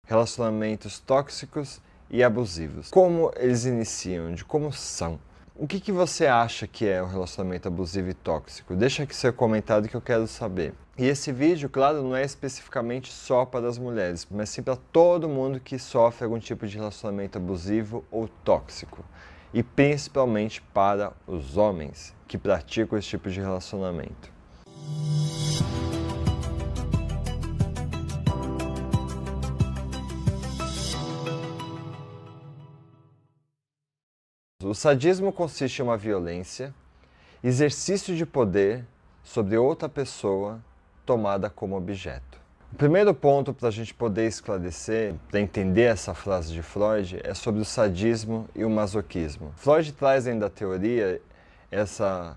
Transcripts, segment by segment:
relacionamentos tóxicos e abusivos. Como eles iniciam, de como são. O que você acha que é um relacionamento abusivo e tóxico? Deixa aqui seu comentário que eu quero saber. E esse vídeo, claro, não é especificamente só para as mulheres, mas sim para todo mundo que sofre algum tipo de relacionamento abusivo ou tóxico. E principalmente para os homens que praticam esse tipo de relacionamento. O sadismo consiste em uma violência, exercício de poder sobre outra pessoa tomada como objeto. O primeiro ponto para a gente poder esclarecer, para entender essa frase de Freud, é sobre o sadismo e o masoquismo. Freud traz dentro da teoria essa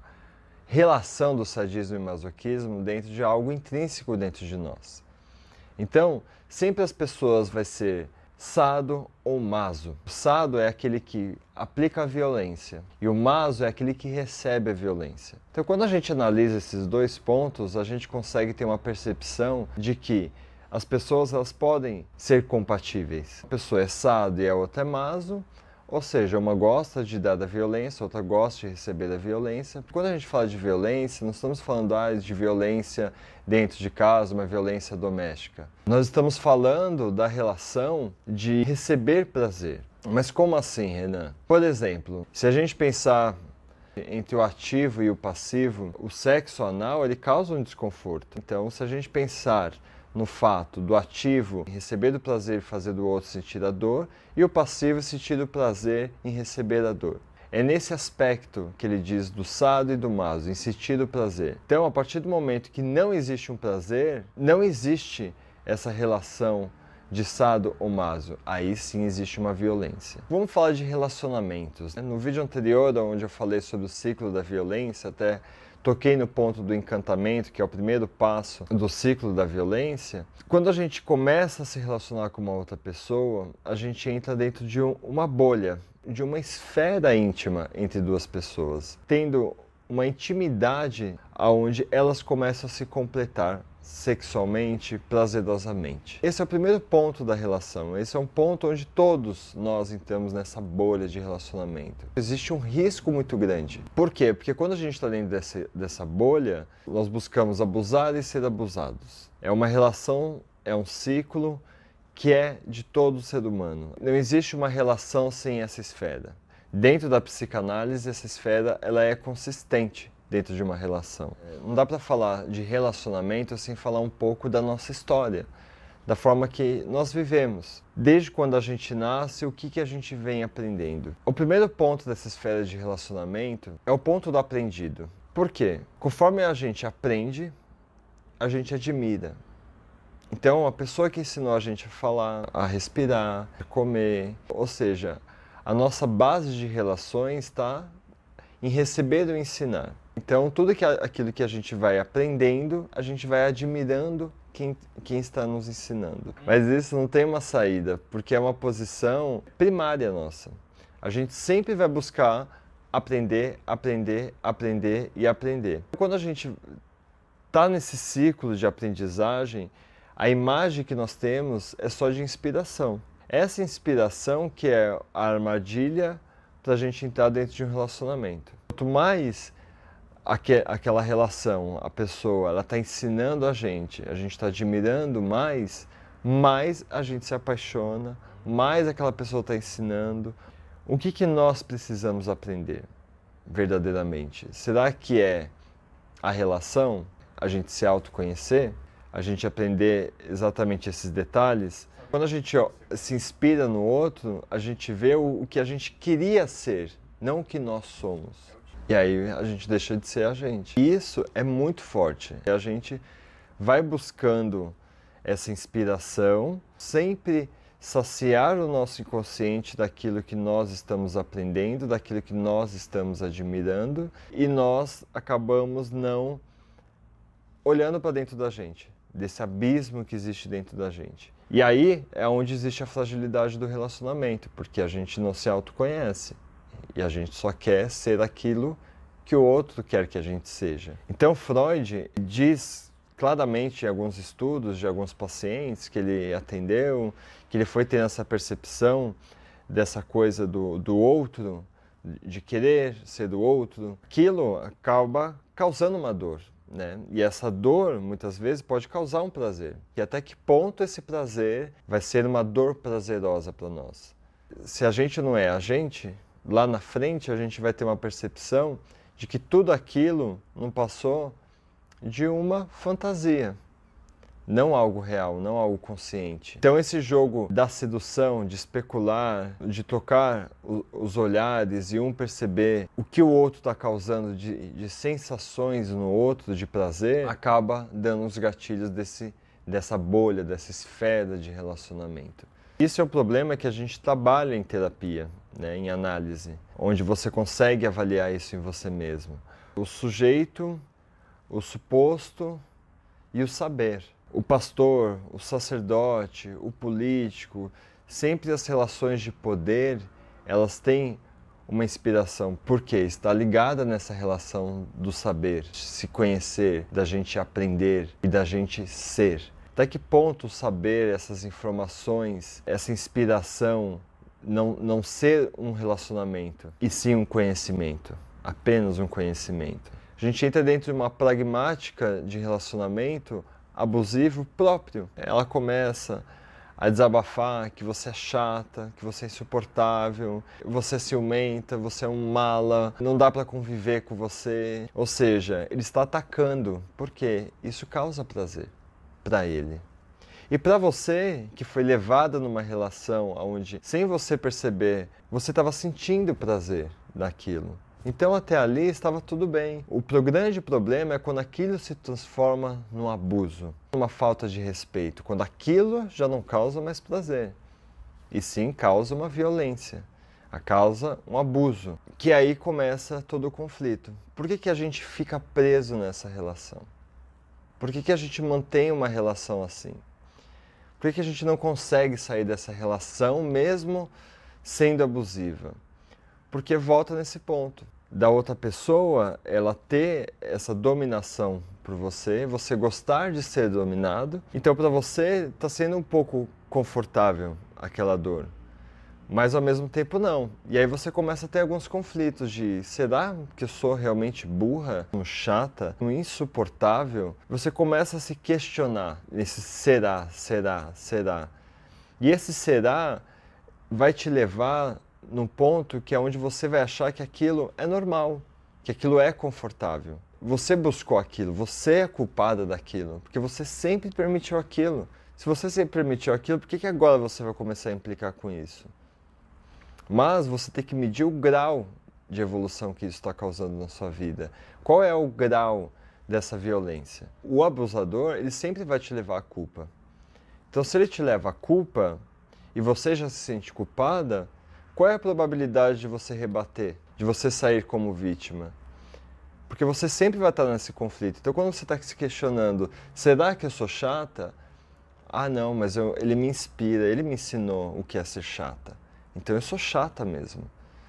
relação do sadismo e masoquismo dentro de algo intrínseco dentro de nós. Então, sempre as pessoas vão ser sado ou maso. O sado é aquele que aplica a violência e o maso é aquele que recebe a violência. Então, quando a gente analisa esses dois pontos, a gente consegue ter uma percepção de que as pessoas elas podem ser compatíveis. A pessoa é sado e a outra é maso, ou seja, uma gosta de dar da violência, outra gosta de receber da violência. Quando a gente fala de violência, não estamos falando de violência dentro de casa, uma violência doméstica. Nós estamos falando da relação de receber prazer. Mas como assim, Renan? Por exemplo, se a gente pensar entre o ativo e o passivo, o sexo anal ele causa um desconforto. Então, se a gente pensar no fato do ativo em receber o prazer e fazer do outro sentir a dor, e o passivo sentir o prazer em receber a dor. É nesse aspecto que ele diz do sado e do maso, em sentir o prazer. Então, a partir do momento que não existe um prazer, não existe essa relação de sado ou maso. Aí sim existe uma violência. Vamos falar de relacionamentos. No vídeo anterior, onde eu falei sobre o ciclo da violência, até toquei no ponto do encantamento, que é o primeiro passo do ciclo da violência. Quando a gente começa a se relacionar com uma outra pessoa, a gente entra dentro de uma bolha, de uma esfera íntima entre duas pessoas, tendo uma intimidade onde elas começam a se completar sexualmente, prazerosamente. Esse é o primeiro ponto da relação. Esse é um ponto onde todos nós entramos nessa bolha de relacionamento. Existe um risco muito grande. Por quê? Porque quando a gente está dentro dessa bolha, nós buscamos abusar e ser abusados. É uma relação, é um ciclo que é de todo ser humano. Não existe uma relação sem essa esfera. Dentro da psicanálise, essa esfera ela é consistente dentro de uma relação. Não dá para falar de relacionamento sem falar um pouco da nossa história, da forma que nós vivemos. Desde quando a gente nasce, o que a gente vem aprendendo. O primeiro ponto dessa esfera de relacionamento é o ponto do aprendido. Por quê? Conforme a gente aprende, a gente admira. Então, a pessoa que ensinou a gente a falar, a respirar, a comer, ou seja, a nossa base de relações está em receber ou ensinar. Então, tudo aquilo que a gente vai aprendendo, a gente vai admirando quem está nos ensinando. Mas isso não tem uma saída, porque é uma posição primária nossa. A gente sempre vai buscar aprender, aprender, aprender e aprender. Quando a gente está nesse ciclo de aprendizagem, a imagem que nós temos é só de inspiração. Essa inspiração que é a armadilha para a gente entrar dentro de um relacionamento. Quanto mais aquela relação, a pessoa, ela está ensinando a gente está admirando mais a gente se apaixona, mais aquela pessoa está ensinando. O que nós precisamos aprender verdadeiramente? Será que é a relação, a gente se autoconhecer, a gente aprender exatamente esses detalhes? Quando a gente se inspira no outro, a gente vê o que a gente queria ser, não o que nós somos. E aí a gente deixa de ser a gente. E isso é muito forte. A gente vai buscando essa inspiração, sempre saciar o nosso inconsciente daquilo que nós estamos aprendendo, daquilo que nós estamos admirando, e nós acabamos não olhando para dentro da gente, desse abismo que existe dentro da gente. E aí é onde existe a fragilidade do relacionamento, porque a gente não se autoconhece. E a gente só quer ser aquilo que o outro quer que a gente seja. Então Freud diz claramente em alguns estudos de alguns pacientes que ele atendeu, que ele foi tendo essa percepção dessa coisa do outro, de querer ser do outro, aquilo acaba causando uma dor, né? E essa dor, muitas vezes, pode causar um prazer. E até que ponto esse prazer vai ser uma dor prazerosa para nós? Se a gente não é a gente, lá na frente a gente vai ter uma percepção de que tudo aquilo não passou de uma fantasia, não algo real, não algo consciente. Então esse jogo da sedução, de especular, de trocar os olhares e um perceber o que o outro está causando de sensações no outro, de prazer, acaba dando os gatilhos dessa bolha, dessa esfera de relacionamento. Isso é um problema que a gente trabalha em terapia, né, em análise, onde você consegue avaliar isso em você mesmo. O sujeito, o suposto e o saber. O pastor, o sacerdote, o político, sempre as relações de poder, elas têm uma inspiração. Por quê? Está ligada nessa relação do saber, de se conhecer, da gente aprender e da gente ser. Até que ponto o saber, essas informações, essa inspiração, não ser um relacionamento, e sim um conhecimento, apenas um conhecimento. A gente entra dentro de uma pragmática de relacionamento abusivo próprio. Ela começa a desabafar que você é chata, que você é insuportável, você é ciumenta, você é um mala, não dá para conviver com você. Ou seja, ele está atacando, porque isso causa prazer para ele. E para você, que foi levada numa relação onde, sem você perceber, você estava sentindo prazer daquilo. Então até ali estava tudo bem. O grande problema é quando aquilo se transforma num abuso, numa falta de respeito, quando aquilo já não causa mais prazer, e sim causa uma violência, causa um abuso, que aí começa todo o conflito. Por que a gente fica preso nessa relação? Por que a gente mantém uma relação assim? Por que a gente não consegue sair dessa relação mesmo sendo abusiva? Porque volta nesse ponto da outra pessoa, ela ter essa dominação por você, você gostar de ser dominado. Então para você está sendo um pouco confortável aquela dor, mas ao mesmo tempo não. E aí você começa a ter alguns conflitos de, será que eu sou realmente burra, chata, insuportável? Você começa a se questionar esse será. E esse será vai te levar num ponto que é onde você vai achar que aquilo é normal, que aquilo é confortável. Você buscou aquilo, você é culpada daquilo, porque você sempre permitiu aquilo. Se você sempre permitiu aquilo, por que agora você vai começar a implicar com isso? Mas você tem que medir o grau de evolução que isso está causando na sua vida. Qual é o grau dessa violência? O abusador, ele sempre vai te levar à culpa. Então, se ele te leva à culpa e você já se sente culpada, qual é a probabilidade de você rebater, de você sair como vítima? Porque você sempre vai estar nesse conflito. Então, quando você está se questionando, será que eu sou chata? Ah, não, mas ele me inspira, ele me ensinou o que é ser chata. Então, eu sou chata mesmo.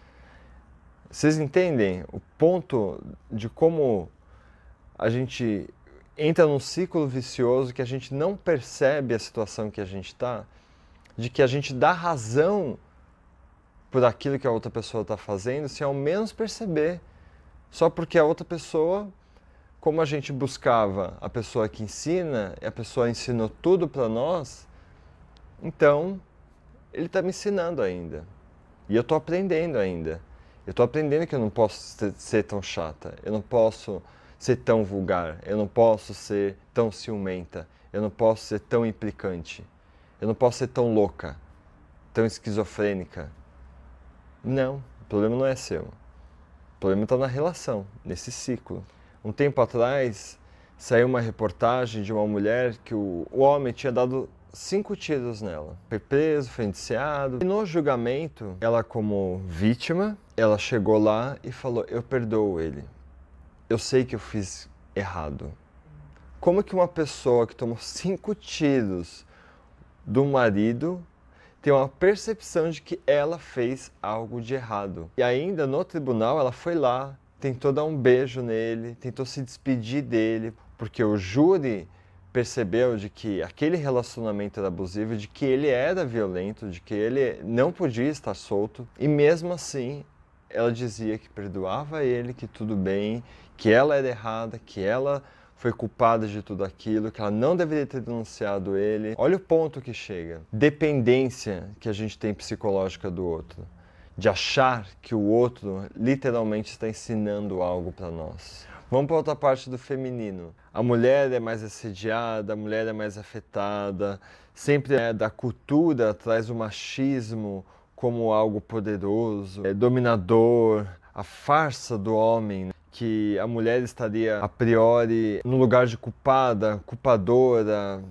Vocês entendem o ponto de como a gente entra num ciclo vicioso que a gente não percebe a situação que a gente está, de que a gente dá razão por aquilo que a outra pessoa está fazendo, sem ao menos perceber. Só porque a outra pessoa, como a gente buscava a pessoa que ensina, e a pessoa ensinou tudo para nós, então ele está me ensinando ainda. E eu estou aprendendo ainda. Eu estou aprendendo que eu não posso ser tão chata, eu não posso ser tão vulgar, eu não posso ser tão ciumenta, eu não posso ser tão implicante, eu não posso ser tão louca, tão esquizofrênica. Não, o problema não é seu. O problema está na relação, nesse ciclo. Um tempo atrás, saiu uma reportagem de uma mulher que o homem tinha dado 5 tiros nela. Foi preso, foi indiciado. E no julgamento, ela como vítima, ela chegou lá e falou, eu perdoo ele. Eu sei que eu fiz errado. Como que uma pessoa que tomou 5 tiros do marido tem uma percepção de que ela fez algo de errado? E ainda no tribunal ela foi lá, tentou dar um beijo nele, tentou se despedir dele, porque o júri percebeu de que aquele relacionamento era abusivo, de que ele era violento, de que ele não podia estar solto, e mesmo assim ela dizia que perdoava ele, que tudo bem, que ela era errada, que ela foi culpada de tudo aquilo, que ela não deveria ter denunciado ele. Olha o ponto que chega. Dependência que a gente tem psicológica do outro. De achar que o outro literalmente está ensinando algo para nós. Vamos para outra parte do feminino. A mulher é mais assediada, a mulher é mais afetada, sempre da cultura traz o machismo como algo poderoso, dominador, a farsa do homem, que a mulher estaria a priori no lugar de culpada, culpadora,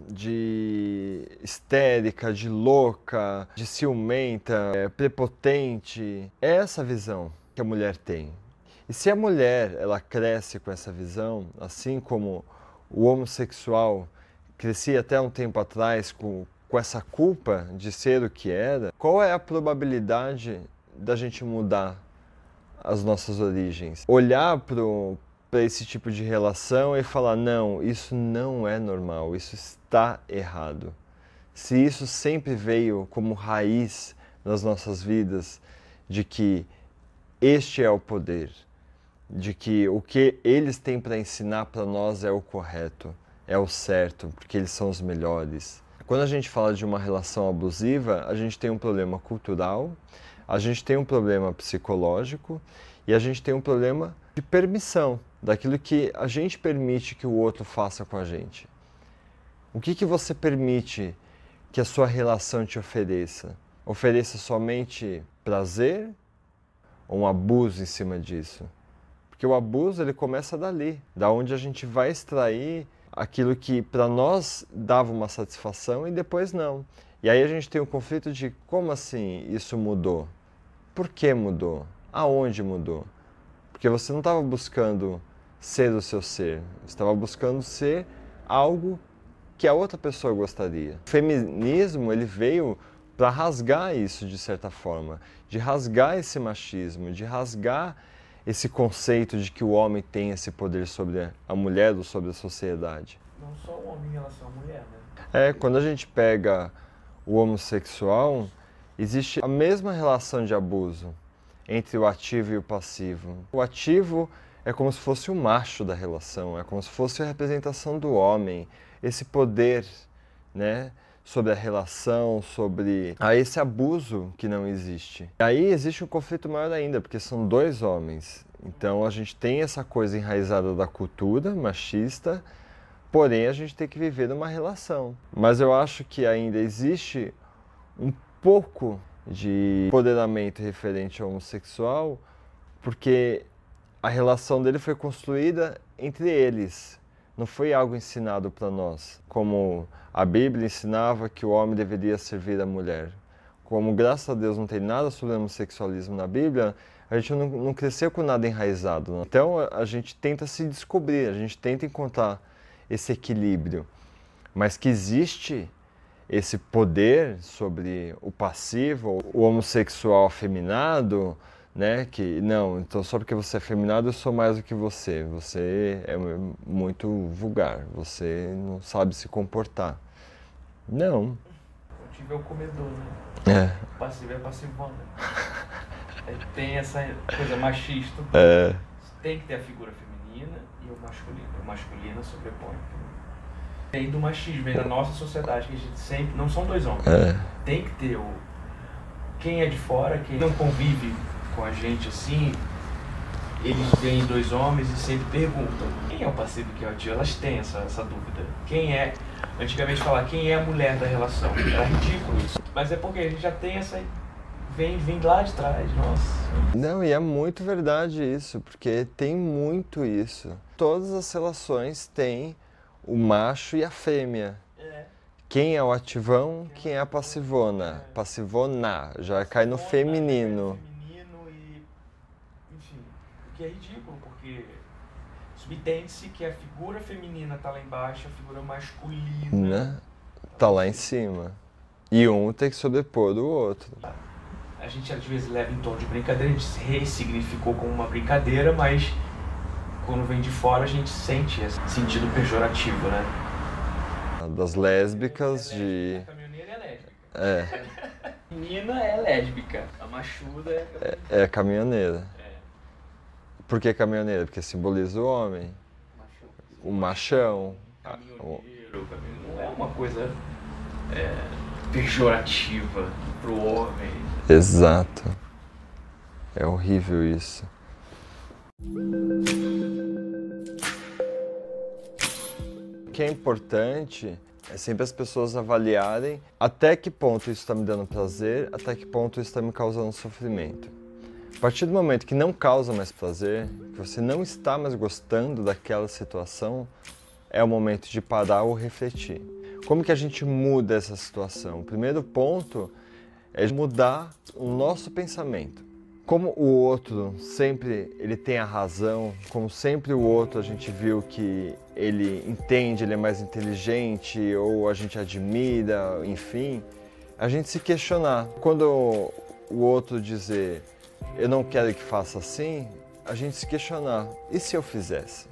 de histérica, de louca, de ciumenta, prepotente. É essa visão que a mulher tem. E se a mulher ela cresce com essa visão, assim como o homossexual crescia até um tempo atrás com essa culpa de ser o que era, qual é a probabilidade da gente mudar as nossas origens? Olhar para esse tipo de relação e falar, não, isso não é normal, isso está errado. Se isso sempre veio como raiz nas nossas vidas, de que este é o poder, de que o que eles têm para ensinar para nós é o correto, é o certo, porque eles são os melhores. Quando a gente fala de uma relação abusiva, a gente tem um problema cultural, a gente tem um problema psicológico e a gente tem um problema de permissão, daquilo que a gente permite que o outro faça com a gente. O que você permite que a sua relação te ofereça? Ofereça somente prazer ou um abuso em cima disso? Porque o abuso ele começa dali, da onde a gente vai extrair aquilo que para nós dava uma satisfação e depois não. E aí a gente tem um conflito de como assim isso mudou? Por que mudou? Aonde mudou? Porque você não estava buscando ser o seu ser, você estava buscando ser algo que a outra pessoa gostaria. O feminismo ele veio para rasgar isso de certa forma, de rasgar esse machismo, de rasgar esse conceito de que o homem tem esse poder sobre a mulher ou sobre a sociedade. Não só o homem em relação à mulher, né? Quando a gente pega o homossexual, existe a mesma relação de abuso entre o ativo e o passivo. O ativo é como se fosse o macho da relação, é como se fosse a representação do homem, esse poder, né, sobre a relação, sobre esse abuso que não existe. Aí existe um conflito maior ainda, porque são dois homens. Então a gente tem essa coisa enraizada da cultura machista, porém a gente tem que viver numa relação. Mas eu acho que ainda existe um pouco de empoderamento referente ao homossexual, porque a relação dele foi construída entre eles. Não foi algo ensinado para nós, como a Bíblia ensinava que o homem deveria servir a mulher. Como, graças a Deus, não tem nada sobre homossexualismo na Bíblia, a gente não cresceu com nada enraizado. Não. Então, a gente tenta se descobrir, a gente tenta encontrar esse equilíbrio. Mas que existe esse poder sobre o passivo, o homossexual afeminado, né? Que não, então só porque você é afeminado eu sou mais do que você. Você é muito vulgar, você não sabe se comportar. Não. O ativo é o comedor, né? O passivo é a passivona. Tem essa coisa machista. Tem que ter a figura feminina e o masculino. O masculino sobrepõe. Tem do machismo, vem da nossa sociedade, que a gente sempre... Não são dois homens. Tem que ter quem é de fora, quem não convive com a gente assim, eles veem dois homens e sempre perguntam quem é o passivo e quem é o ativo. Elas têm essa dúvida. Quem é, antigamente falar quem é a mulher da relação, era ridículo isso. Mas é porque a gente já tem essa, vem lá de trás, nossa. Não, e é muito verdade isso, porque tem muito isso. Todas as relações têm o macho e a fêmea. Quem é o ativão, quem é a passivona. Passivona, já cai no feminino. O que é ridículo, porque subentende-se que a figura feminina está lá embaixo, a figura masculina tá lá em cima. E um tem que sobrepor o outro. A gente às vezes leva em tom de brincadeira, a gente ressignificou como uma brincadeira, mas quando vem de fora a gente sente esse sentido pejorativo, né? das lésbicas, A caminhoneira é lésbica. A menina é lésbica, a machuda é caminhoneira. Por que caminhoneira? Porque simboliza o homem, o machão. Caminhoneiro, não é uma coisa pejorativa pro homem. Exato. É horrível isso. O que é importante é sempre as pessoas avaliarem até que ponto isso está me dando prazer, até que ponto isso está me causando sofrimento. A partir do momento que não causa mais prazer, que você não está mais gostando daquela situação, é o momento de parar ou refletir. Como que a gente muda essa situação? O primeiro ponto é mudar o nosso pensamento. Como o outro sempre ele tem a razão, como sempre o outro a gente viu que ele entende, ele é mais inteligente ou a gente admira, enfim, a gente se questionar. Quando o outro dizer eu não quero que faça assim, a gente se questionar, e se eu fizesse?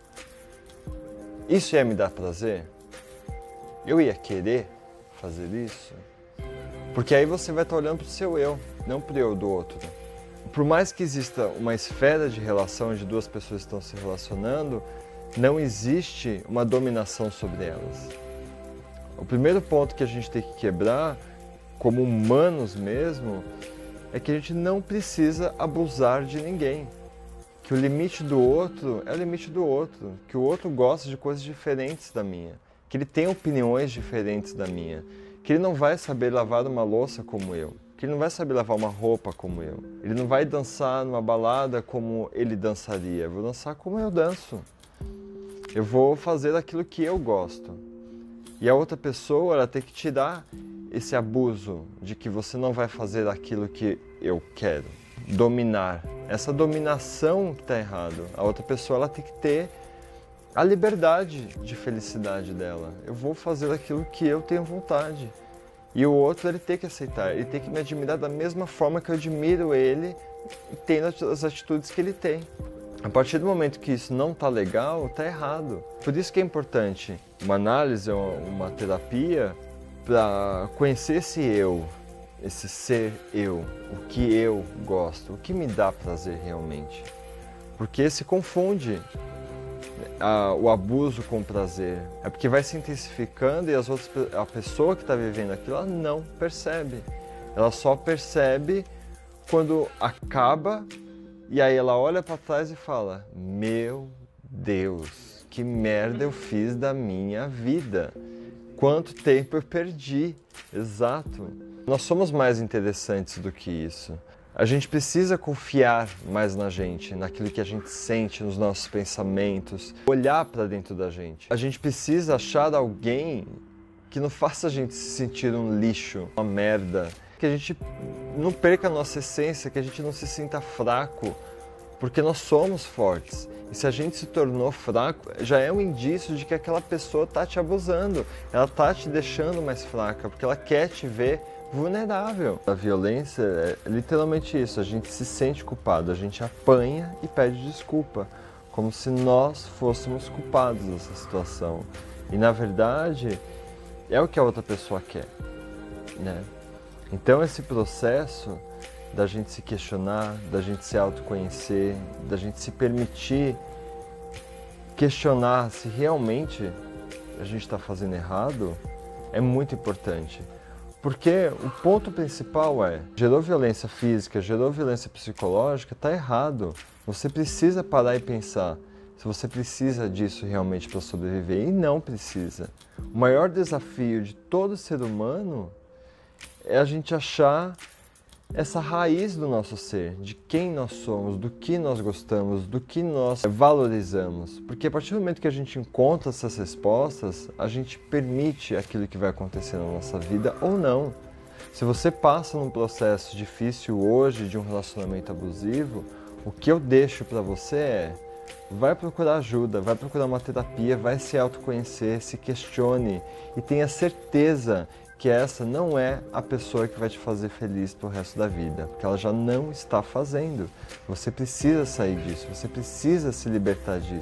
Isso ia me dar prazer? Eu ia querer fazer isso? Porque aí você vai estar olhando para o seu eu, não para o eu do outro. Por mais que exista uma esfera de relação onde duas pessoas estão se relacionando, não existe uma dominação sobre elas. O primeiro ponto que a gente tem que quebrar, como humanos mesmo, é que a gente não precisa abusar de ninguém. Que o limite do outro é o limite do outro. Que o outro gosta de coisas diferentes da minha. Que ele tem opiniões diferentes da minha. Que ele não vai saber lavar uma louça como eu. Que ele não vai saber lavar uma roupa como eu. Ele não vai dançar numa balada como ele dançaria. Eu vou dançar como eu danço. Eu vou fazer aquilo que eu gosto. E a outra pessoa, ela tem que tirar esse abuso de que você não vai fazer aquilo que eu quero. Dominar. Essa dominação que está errado. A outra pessoa, ela tem que ter a liberdade de felicidade dela. Eu vou fazer aquilo que eu tenho vontade. E o outro, ele tem que aceitar, ele tem que me admirar da mesma forma que eu admiro ele e tendo as atitudes que ele tem. A partir do momento que isso não está legal, está errado. Por isso que é importante uma análise, uma terapia, para conhecer esse eu, esse ser eu, o que eu gosto, o que me dá prazer realmente. Porque se confunde o abuso com o prazer. É porque vai se intensificando e a pessoa que está vivendo aquilo, ela não percebe. Ela só percebe quando acaba e aí ela olha para trás e fala: meu Deus, que merda eu fiz da minha vida. Quanto tempo eu perdi. Exato. Nós somos mais interessantes do que isso. A gente precisa confiar mais na gente, naquilo que a gente sente, nos nossos pensamentos, olhar para dentro da gente. A gente precisa achar alguém que não faça a gente se sentir um lixo, uma merda, que a gente não perca a nossa essência, que a gente não se sinta fraco, porque nós somos fortes. E se a gente se tornou fraco, já é um indício de que aquela pessoa está te abusando, ela está te deixando mais fraca, porque ela quer te ver vulnerável. A violência é literalmente isso, a gente se sente culpado, a gente apanha e pede desculpa, como se nós fôssemos culpados dessa situação. E na verdade, é o que a outra pessoa quer, né? Então esse processo da gente se questionar, da gente se autoconhecer, da gente se permitir questionar se realmente a gente está fazendo errado, é muito importante. Porque o ponto principal é, gerou violência física, gerou violência psicológica, está errado. Você precisa parar e pensar se você precisa disso realmente para sobreviver, e não precisa. O maior desafio de todo ser humano é a gente achar essa raiz do nosso ser, de quem nós somos, do que nós gostamos, do que nós valorizamos. Porque a partir do momento que a gente encontra essas respostas, a gente permite aquilo que vai acontecer na nossa vida ou não. Se você passa num processo difícil hoje de um relacionamento abusivo, o que eu deixo para você é: vai procurar ajuda, vai procurar uma terapia, vai se autoconhecer, se questione e tenha certeza que essa não é a pessoa que vai te fazer feliz pro resto da vida, porque ela já não está fazendo. Você precisa sair disso, você precisa se libertar disso.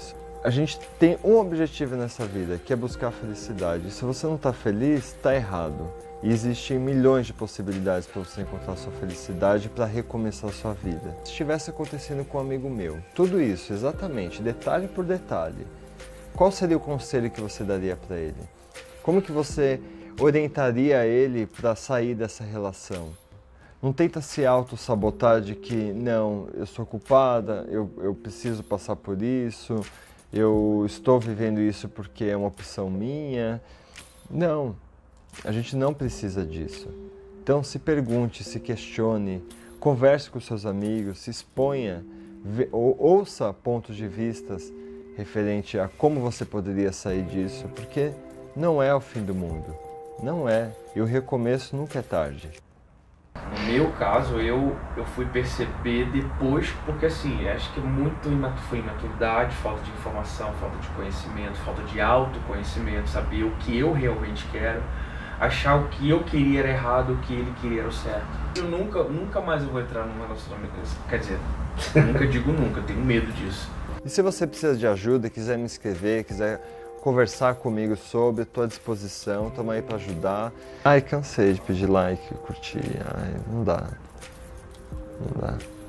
A gente tem um objetivo nessa vida, que é buscar a felicidade. Se você não está feliz, está errado. E existem milhões de possibilidades para você encontrar sua felicidade, para recomeçar a sua vida. Se estivesse acontecendo com um amigo meu, tudo isso, exatamente, detalhe por detalhe, qual seria o conselho que você daria para ele? Como que você orientaria ele para sair dessa relação? Não tenta se auto-sabotar de que, não, eu sou culpada, eu preciso passar por isso, eu estou vivendo isso porque é uma opção minha. Não. A gente não precisa disso. Então se pergunte, se questione, converse com seus amigos, se exponha, ouça pontos de vistas referente a como você poderia sair disso, porque não é o fim do mundo. Não é. E o recomeço nunca é tarde. No meu caso, eu fui perceber depois, porque assim, acho que foi imaturidade, falta de informação, falta de conhecimento, falta de autoconhecimento, saber o que eu realmente quero. Achar o que eu queria era errado, o que ele queria era o certo. Eu nunca mais vou entrar num relacionamento, quer dizer, nunca digo nunca, tenho medo disso. E se você precisa de ajuda, quiser me escrever, quiser conversar comigo sobre, estou à disposição, estamos aí para ajudar. Ai, cansei de pedir like, curtir, ai, não dá.